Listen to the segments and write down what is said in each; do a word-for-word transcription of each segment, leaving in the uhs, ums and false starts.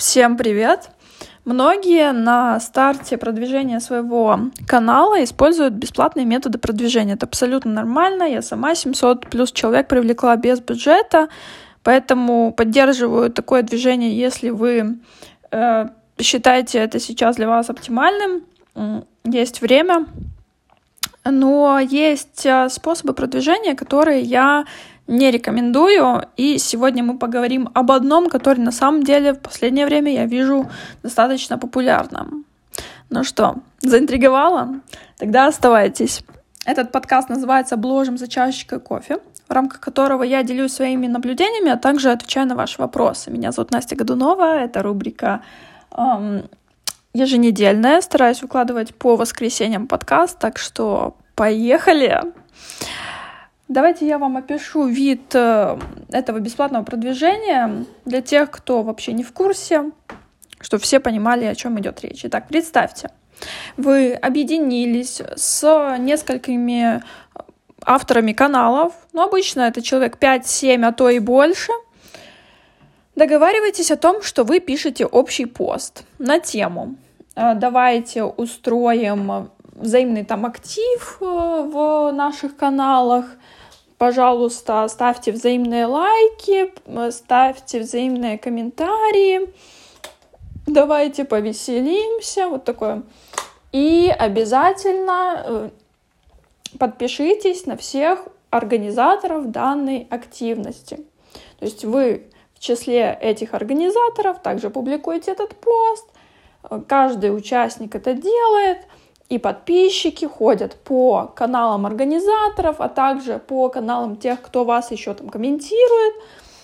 Всем привет! Многие на старте продвижения своего канала используют бесплатные методы продвижения. Это абсолютно нормально. Я сама семьсот плюс человек привлекла без бюджета, поэтому поддерживаю такое движение, если вы э, считаете это сейчас для вас оптимальным. Есть время. Но есть способы продвижения, которые я не рекомендую, и сегодня мы поговорим об одном, который на самом деле в последнее время я вижу достаточно популярным. Ну что, заинтриговала? Тогда оставайтесь. Этот подкаст называется «Бложим за чашечкой кофе», в рамках которого я делюсь своими наблюдениями, а также отвечаю на ваши вопросы. Меня зовут Настя Годунова, это рубрика эм, еженедельная, стараюсь выкладывать по воскресеньям подкаст, так что поехали! Давайте я вам опишу вид этого бесплатного продвижения для тех, кто вообще не в курсе, чтобы все понимали, о чем идет речь. Итак, представьте, вы объединились с несколькими авторами каналов, но обычно это человек пять-семь, а то и больше. Договаривайтесь о том, что вы пишете общий пост на тему. Давайте устроим взаимный там актив в наших каналах. Пожалуйста, ставьте взаимные лайки, ставьте взаимные комментарии. Давайте повеселимся. Вот такое. И обязательно подпишитесь на всех организаторов данной активности. То есть вы в числе этих организаторов также публикуете этот пост. Каждый участник это делает. И подписчики ходят по каналам организаторов, а также по каналам тех, кто вас еще там комментирует,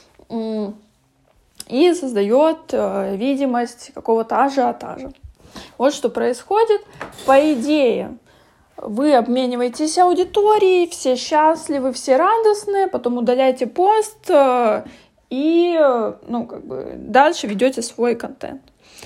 и создает видимость какого-то ажиотажа. Вот что происходит. По идее, вы обмениваетесь аудиторией, все счастливы, все радостные, потом удаляете пост и ну, как бы дальше ведете свой контент.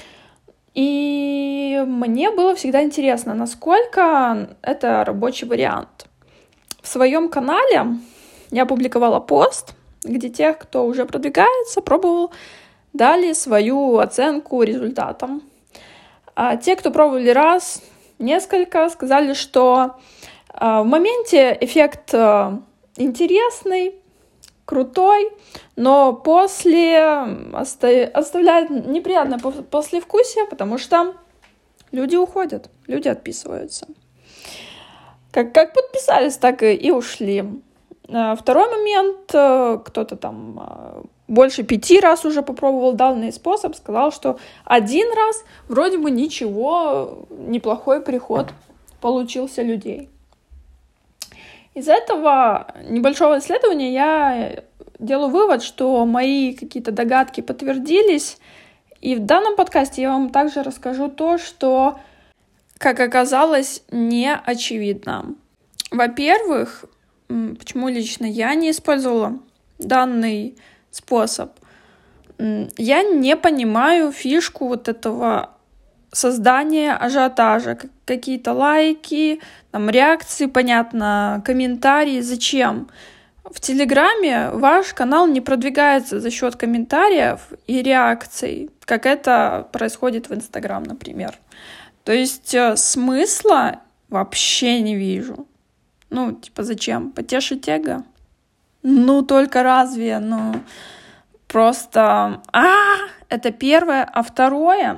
И мне было всегда интересно, насколько это рабочий вариант. В своем канале я публиковала пост, где тех, кто уже продвигается, пробовал, дали свою оценку результатам. А те, кто пробовали раз, несколько, сказали, что в моменте эффект интересный, крутой, но после оставляет неприятное послевкусие, потому что люди уходят, люди отписываются. Как, как подписались, так и, и ушли. Второй момент, кто-то там больше пяти раз уже попробовал данный способ, сказал, что один раз вроде бы ничего, неплохой приход получился людей. Из этого небольшого исследования я делаю вывод, что мои какие-то догадки подтвердились. И в данном подкасте я вам также расскажу то, что, как оказалось, не очевидно. Во-первых, почему лично я не использовала данный способ? Я не понимаю фишку вот этого создание ажиотажа, какие-то лайки, там, реакции, понятно, комментарии. Зачем? В Телеграме ваш канал не продвигается за счет комментариев и реакций, как это происходит в Инстаграм, например. То есть смысла вообще не вижу. Ну, типа, зачем? Потешить эго? Ну, только разве? Ну, просто... А, это первое. А второе...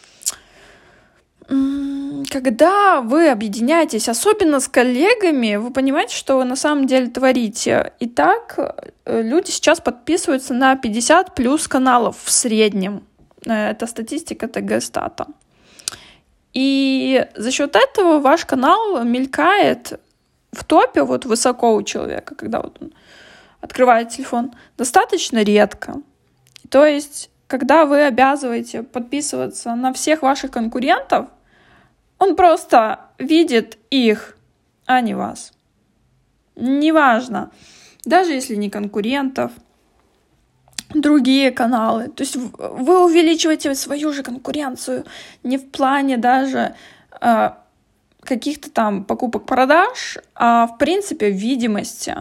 Когда вы объединяетесь, особенно с коллегами, вы понимаете, что вы на самом деле творите. Итак, люди сейчас подписываются на пятьдесят плюс каналов в среднем. Это статистика ТГ-стата. И за счет этого ваш канал мелькает в топе вот высоко у человека, когда вот он открывает телефон, достаточно редко. То есть, когда вы обязываете подписываться на всех ваших конкурентов, он просто видит их, а не вас. Неважно, даже если не конкурентов, другие каналы. То есть вы увеличиваете свою же конкуренцию не в плане даже каких-то там покупок-продаж, а в принципе видимости.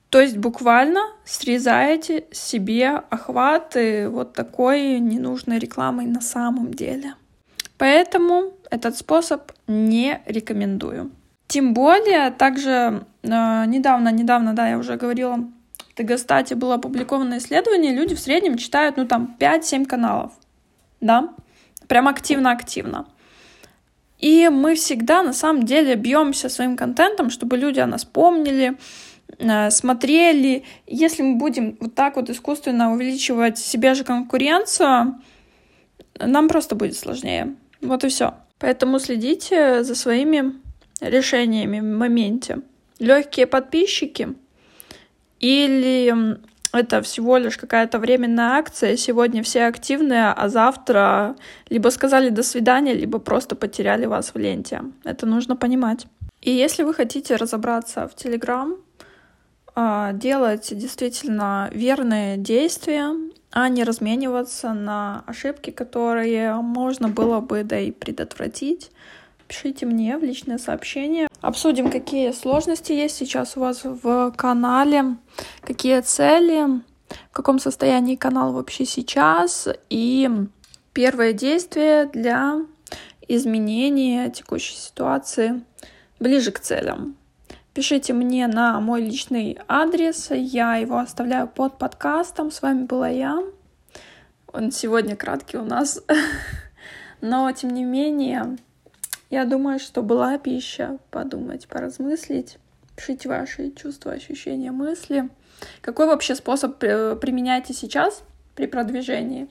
То есть буквально срезаете себе охваты вот такой ненужной рекламой на самом деле. Поэтому этот способ не рекомендую. Тем более, также э, недавно, недавно, да, я уже говорила, в Тегостате было опубликовано исследование, люди в среднем читают, ну, там, пять-семь каналов, да, прям активно-активно. И мы всегда, на самом деле, бьемся своим контентом, чтобы люди о нас помнили, э, смотрели. Если мы будем вот так вот искусственно увеличивать себе же конкуренцию, нам просто будет сложнее. Вот и все. Поэтому следите за своими решениями в моменте. Легкие подписчики или это всего лишь какая-то временная акция, сегодня все активные, а завтра либо сказали до свидания, либо просто потеряли вас в ленте. Это нужно понимать. И если вы хотите разобраться в Telegram, делать действительно верные действия, а не размениваться на ошибки, которые можно было бы, да и предотвратить, пишите мне в личное сообщение. Обсудим, какие сложности есть сейчас у вас в канале, какие цели, в каком состоянии канал вообще сейчас и первые действия для изменения текущей ситуации ближе к целям. Пишите мне на мой личный адрес, я его оставляю под подкастом. С вами была я. Он сегодня краткий у нас, но тем не менее, я думаю, что была пища подумать, поразмыслить. Пишите ваши чувства, ощущения, мысли. Какой вообще способ применяете сейчас при продвижении?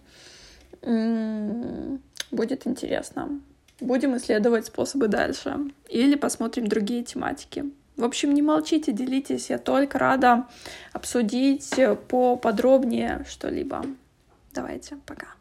Будет интересно. Будем исследовать способы дальше. Или посмотрим другие тематики. В общем, не молчите, делитесь. Я только рада обсудить поподробнее что-либо. Давайте, пока.